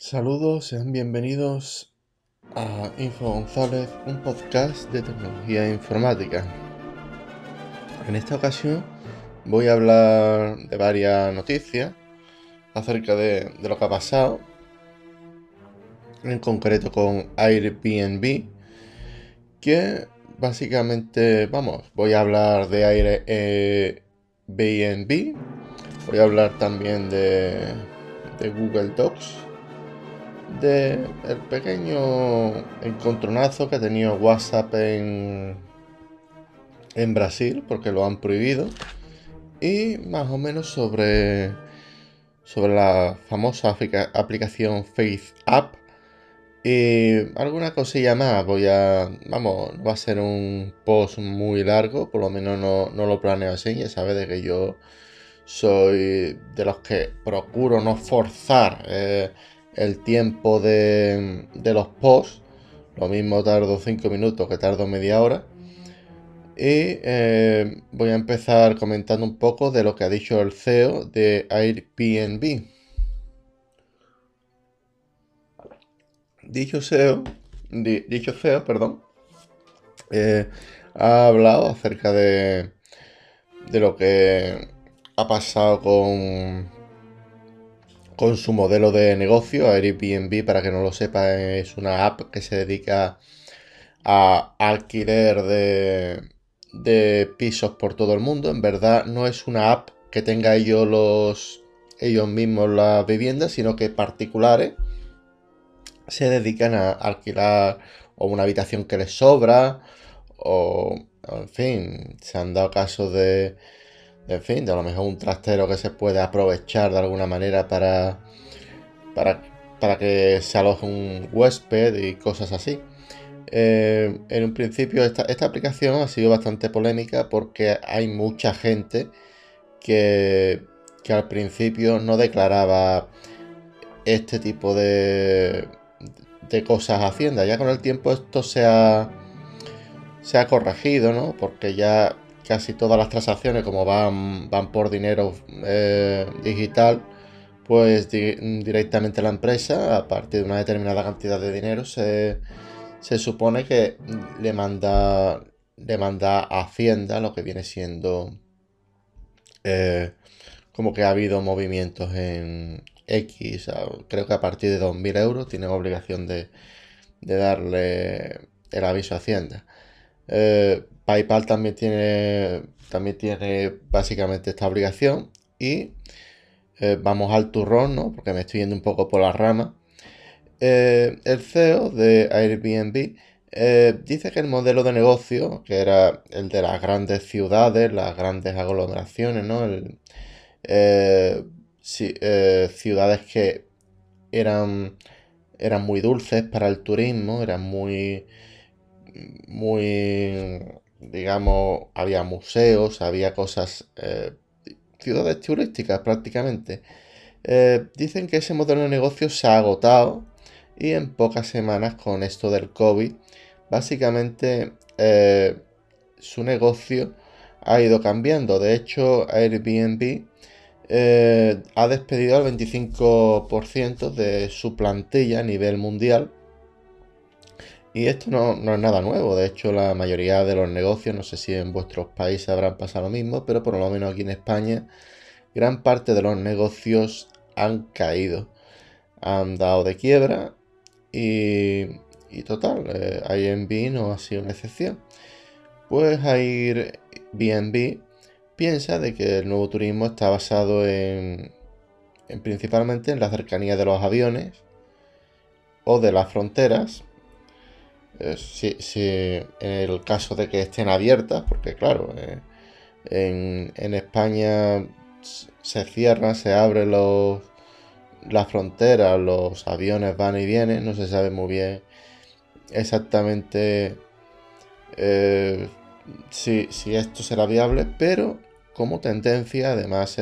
Saludos, sean bienvenidos a Info González, un podcast de tecnología informática. En esta ocasión voy a hablar de varias noticias acerca de lo que ha pasado, en concreto con Airbnb, que básicamente, voy a hablar de Airbnb, voy a hablar también de Google Docs, de el pequeño encontronazo que ha tenido WhatsApp en Brasil, porque lo han prohibido, y más o menos sobre la famosa aplicación FaceApp y alguna cosilla más. No va a ser un post muy largo, por lo menos no lo planeo así. Ya sabes de que yo soy de los que procuro no forzar el tiempo de los posts. Lo mismo tardo 5 minutos que tardo media hora. Y voy a empezar comentando un poco de lo que ha dicho el CEO de Airbnb. Dicho CEO, dicho CEO, perdón, ha hablado acerca de lo que ha pasado con su modelo de negocio. Airbnb, para que no lo sepa, es una app que se dedica a alquiler de pisos por todo el mundo. En verdad no es una app que tenga ellos mismos las viviendas, sino que particulares se dedican a alquilar o una habitación que les sobra o en fin, se han dado casos en fin, de a lo mejor un trastero que se puede aprovechar de alguna manera para, para que se aloje un huésped y cosas así. En un principio esta aplicación ha sido bastante polémica porque hay mucha gente que, que al principio no declaraba este tipo de cosas a Hacienda. Ya con el tiempo esto se ha corregido, ¿no? Porque ya casi todas las transacciones, como van por dinero digital, pues directamente a la empresa, a partir de una determinada cantidad de dinero, se supone que le manda a Hacienda lo que viene siendo eh, como que ha habido movimientos en X, creo que a partir de 2.000 euros tienen obligación de darle el aviso a Hacienda. PayPal también tiene básicamente esta obligación y vamos al turrón, ¿no? Porque me estoy yendo un poco por la rama. El CEO de Airbnb dice que el modelo de negocio, que era el de las grandes ciudades, las grandes aglomeraciones, ¿no? Ciudades que eran, eran muy dulces para el turismo, eran muy, digamos, había museos, había cosas, ciudades turísticas prácticamente. Dicen que ese modelo de negocio se ha agotado y en pocas semanas con esto del COVID, básicamente su negocio ha ido cambiando. De hecho, Airbnb ha despedido al 25% de su plantilla a nivel mundial. Y esto no es nada nuevo. De hecho, la mayoría de los negocios, no sé si en vuestros países habrán pasado lo mismo, pero por lo menos aquí en España, gran parte de los negocios han caído, han dado de quiebra y total, Airbnb no ha sido una excepción. Pues Airbnb piensa de que el nuevo turismo está basado en principalmente en la cercanía de los aviones o de las fronteras, si en el caso de que estén abiertas, porque claro, en España se cierran, se abren las fronteras, los aviones van y vienen, no se sabe muy bien exactamente eh, si esto será viable, pero como tendencia, además,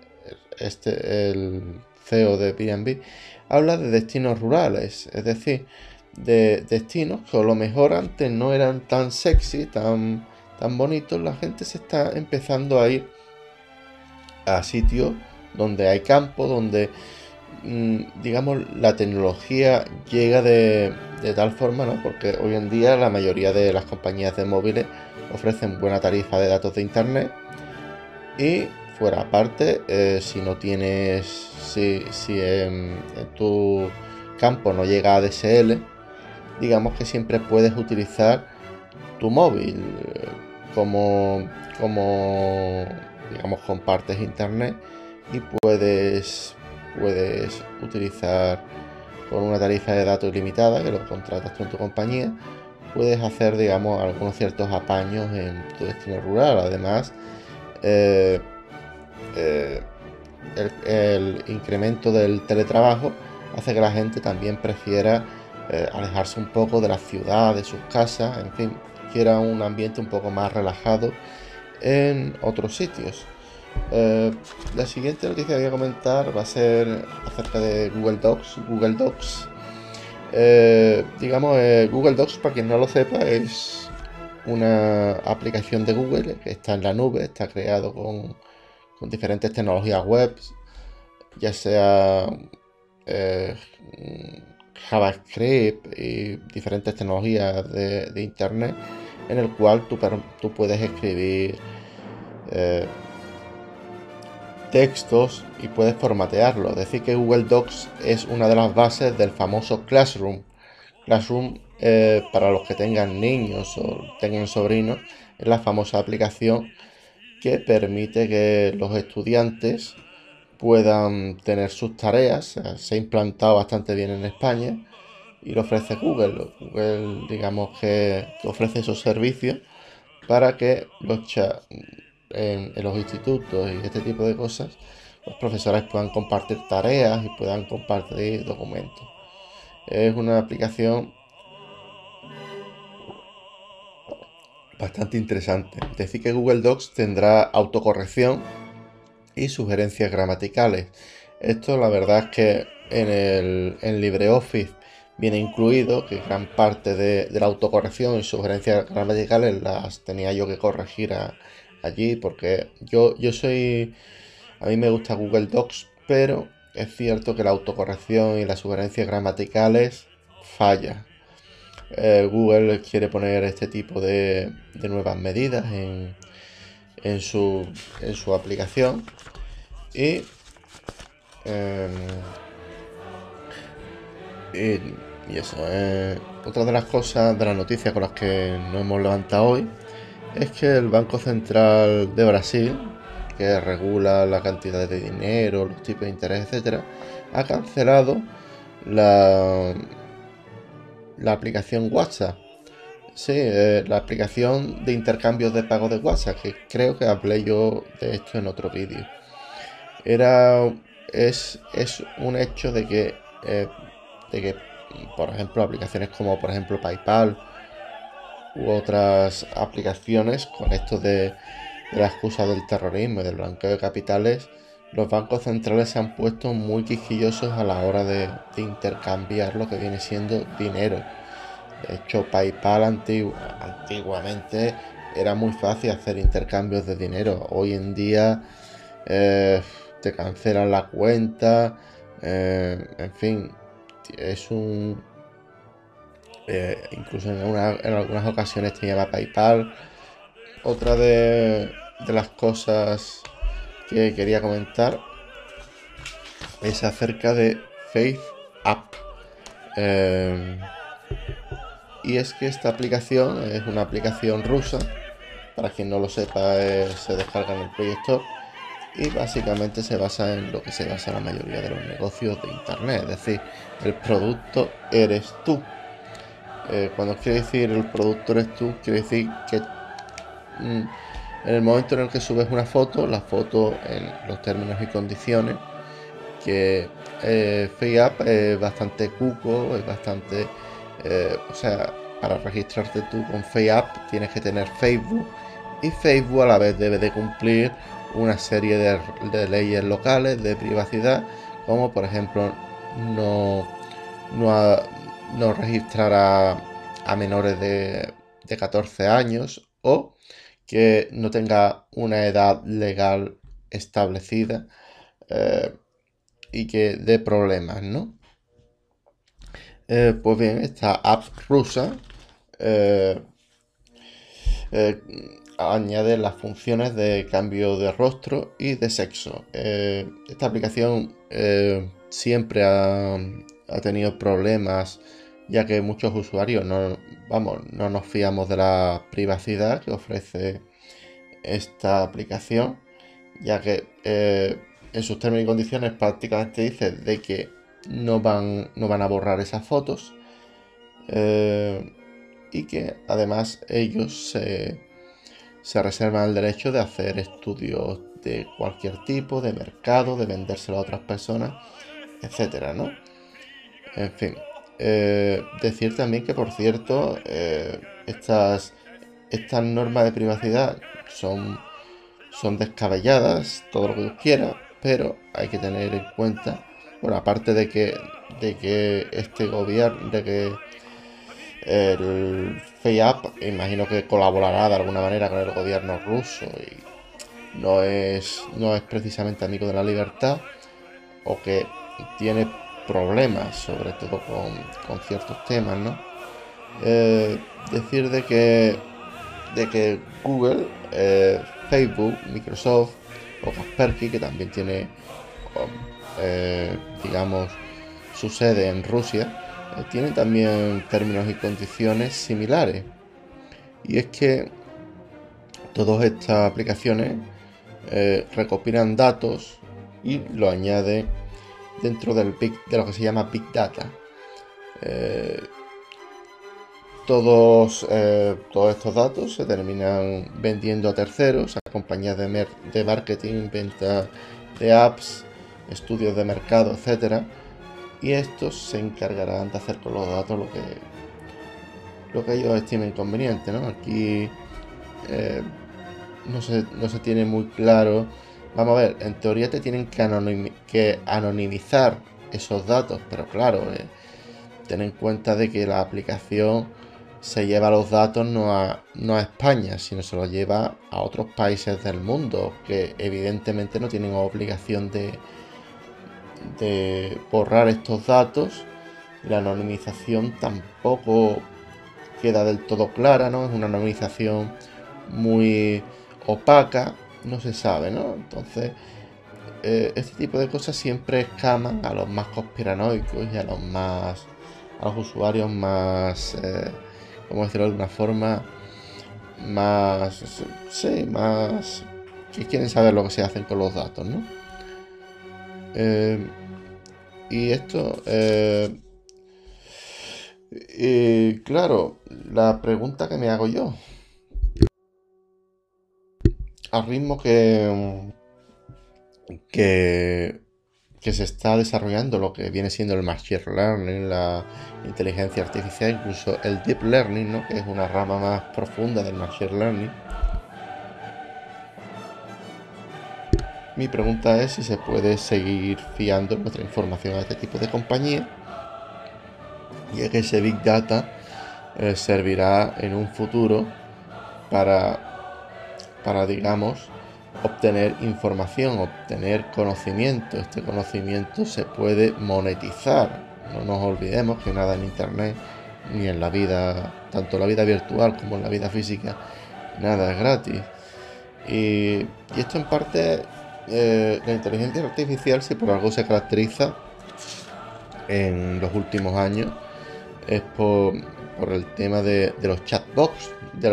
el CEO de Airbnb habla de destinos rurales, es decir, de destinos que a lo mejor antes no eran tan sexy, tan bonitos. La gente se está empezando a ir a sitios donde hay campo, donde digamos, la tecnología llega de tal forma, ¿no? Porque hoy en día la mayoría de las compañías de móviles ofrecen buena tarifa de datos de internet y fuera aparte, si no tienes, si en tu campo no llega ADSL, digamos que siempre puedes utilizar tu móvil como digamos, compartes internet y puedes utilizar con una tarifa de datos ilimitada que lo contratas con tu compañía, puedes hacer, digamos, algunos ciertos apaños en tu destino rural. Además, eh, eh, el incremento del teletrabajo hace que la gente también prefiera alejarse un poco de la ciudad, de sus casas, en fin, quiera un ambiente un poco más relajado en otros sitios. La siguiente noticia que voy a comentar va a ser acerca de Google Docs. Google Docs, Google Docs, para quien no lo sepa, es una aplicación de Google que está en la nube, está creado con diferentes tecnologías web, ya sea eh, JavaScript y diferentes tecnologías de Internet, en el cual tú puedes escribir eh, textos y puedes formatearlo. Es decir, que Google Docs es una de las bases del famoso Classroom. Classroom, para los que tengan niños o tengan sobrinos, es la famosa aplicación que permite que los estudiantes puedan tener sus tareas. Se ha implantado bastante bien en España y lo ofrece Google. Google, digamos que ofrece esos servicios para que en los institutos y este tipo de cosas, los profesores puedan compartir tareas y puedan compartir documentos. Es una aplicación bastante interesante. Decir que Google Docs tendrá autocorrección y sugerencias gramaticales. Esto la verdad es que en LibreOffice viene incluido, que gran parte de la autocorrección y sugerencias gramaticales las tenía yo que corregir allí, porque yo soy, a mí me gusta Google Docs, pero es cierto que la autocorrección y las sugerencias gramaticales falla. Google quiere poner este tipo de nuevas medidas en su aplicación y, eh, y eso. Otra de las cosas, de las noticias con las que nos hemos levantado hoy, es que el Banco Central de Brasil, que regula la cantidad de dinero, los tipos de interés, etcétera, ha cancelado la, la aplicación WhatsApp. Sí, la aplicación de intercambios de pago de WhatsApp, que creo que hablé yo de esto en otro vídeo. Era, es un hecho de que, por ejemplo, aplicaciones como, por ejemplo, PayPal u otras aplicaciones con esto de la excusa del terrorismo y del blanqueo de capitales, los bancos centrales se han puesto muy quisquillosos a la hora de intercambiar lo que viene siendo dinero. De hecho, PayPal antiguamente era muy fácil hacer intercambios de dinero. Hoy en día te cancelan la cuenta. En fin, es un... incluso en algunas ocasiones te llama PayPal. Otra de las cosas que quería comentar es acerca de Faith App. Eh, y es que esta aplicación es una aplicación rusa. Para quien no lo sepa, se descarga en el Play Store y básicamente se basa en lo que se basa la mayoría de los negocios de internet, es decir, el producto eres tú. Cuando quiere decir el producto eres tú, quiere decir que en el momento en el que subes una foto, la foto en los términos y condiciones, que FaceApp es bastante cuco, es bastante, o sea, para registrarte tú con FaceApp tienes que tener Facebook y Facebook a la vez debe de cumplir una serie de leyes locales de privacidad, como por ejemplo no, no, no registrar a menores de 14 años o que no tenga una edad legal establecida. eh, y que dé problemas, ¿no? Pues bien, esta app rusa eh, eh, añade las funciones de cambio de rostro y de sexo. Esta aplicación siempre ha tenido problemas, ya que muchos usuarios no nos fiamos de la privacidad que ofrece esta aplicación, ya que en sus términos y condiciones prácticamente dice de que no van a borrar esas fotos, y que además ellos se reservan el derecho de hacer estudios de cualquier tipo, de mercado, de vendérselo a otras personas, etcétera, ¿no? En fin, decir también que, por cierto, estas normas de privacidad son descabelladas, todo lo que tú quieras, pero hay que tener en cuenta, bueno, aparte de que este gobierno, de que el FEAP, imagino que colaborará de alguna manera con el gobierno ruso y no es precisamente amigo de la libertad, o que tiene problemas, sobre todo con ciertos temas, ¿no? Decir de que Google, Facebook, Microsoft o Kaspersky, que también tiene, digamos, su sede en Rusia, tienen también términos y condiciones similares. Y es que todas estas aplicaciones recopilan datos y lo añade dentro de lo que se llama Big Data. Eh, todos estos datos se terminan vendiendo a terceros, a compañías de marketing, venta de apps, estudios de mercado, etcétera, y estos se encargarán de hacer con los datos lo que ellos estimen conveniente, ¿no? Aquí no se tiene muy claro. Vamos a ver, en teoría te tienen que anonimizar esos datos, pero claro, ten en cuenta de que la aplicación se lleva los datos no a España, sino se los lleva a otros países del mundo, que evidentemente no tienen obligación de borrar estos datos. La anonimización tampoco queda del todo clara, ¿no? Es una anonimización muy opaca, no se sabe, ¿no? Entonces, este tipo de cosas siempre escaman a los más conspiranoicos y a los usuarios más, ¿cómo decirlo de alguna forma? Más, sí, más, que quieren saber lo que se hacen con los datos, ¿no? Y esto, claro, la pregunta que me hago yo, al ritmo que, que se está desarrollando lo que viene siendo el Machine Learning, la inteligencia artificial, incluso el Deep Learning, ¿no? Que es una rama más profunda del Machine Learning. Mi pregunta es si se puede seguir fiando nuestra información a este tipo de compañías, y es que ese Big Data servirá en un futuro para, digamos, obtener información, obtener conocimiento. Este conocimiento se puede monetizar. No nos olvidemos que nada en Internet, ni en la vida, tanto en la vida virtual como en la vida física, nada es gratis. Y esto en parte, la inteligencia artificial, si por algo se caracteriza en los últimos años, es por el tema de los chatbots,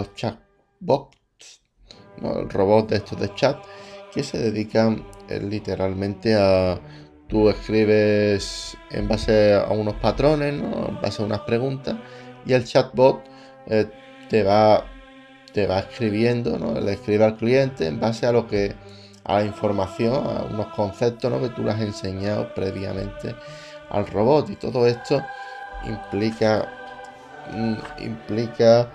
¿no? Robots de estos de chat que se dedican literalmente a... Tú escribes en base a unos patrones, ¿no? En base a unas preguntas, y el chatbot eh, te va, te va escribiendo, ¿no? Le escribe al cliente en base a la información, a unos conceptos, ¿no? Que tú le has enseñado previamente al robot. Y todo esto implica, implica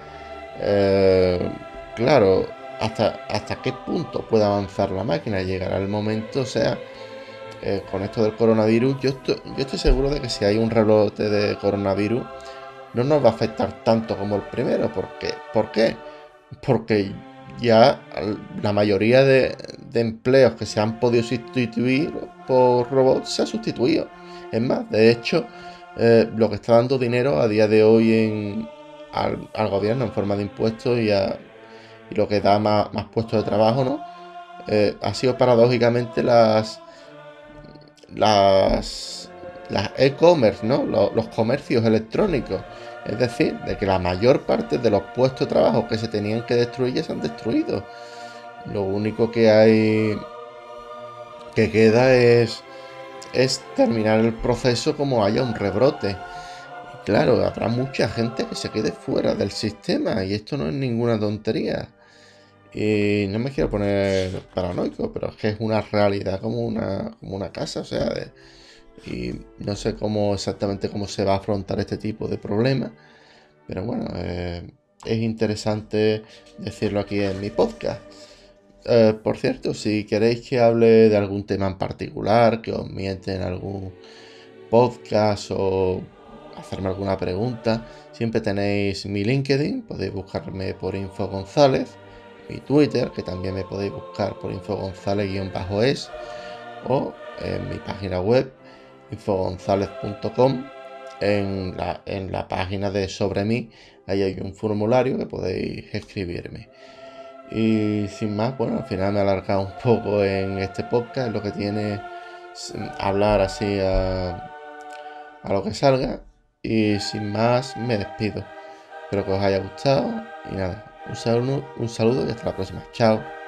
claro, hasta qué punto puede avanzar la máquina. Llegará el momento, o sea, con esto del coronavirus, yo estoy seguro de que si hay un rebrote de coronavirus, no nos va a afectar tanto como el primero. ¿Por qué? Porque ya la mayoría de de empleos que se han podido sustituir por robots se ha sustituido. Es más, de hecho, lo que está dando dinero a día de hoy al gobierno en forma de impuestos y lo que da más puestos de trabajo, ¿no? Ha sido paradójicamente las, las e-commerce, ¿no? Los comercios electrónicos. Es decir, de que la mayor parte de los puestos de trabajo que se tenían que destruir ya se han destruido. Lo único que hay que queda es terminar el proceso como haya un rebrote. Y claro, habrá mucha gente que se quede fuera del sistema y esto no es ninguna tontería. Y no me quiero poner paranoico, pero es que es una realidad como una casa, o sea, y no sé exactamente cómo se va a afrontar este tipo de problemas, pero bueno, es interesante decirlo aquí en mi podcast. Por cierto, si queréis que hable de algún tema en particular, que os miente en algún podcast o hacerme alguna pregunta, siempre tenéis mi LinkedIn, podéis buscarme por Info González, mi Twitter, que también me podéis buscar por Info González-es, o en mi página web infogonzalez.com. En la página de Sobre mí, ahí hay un formulario que podéis escribirme. Y sin más, bueno, al final me he alargado un poco en este podcast, lo que tiene hablar así a lo que salga. Y sin más, me despido. Espero que os haya gustado. Y nada, un saludo y hasta la próxima. Chao.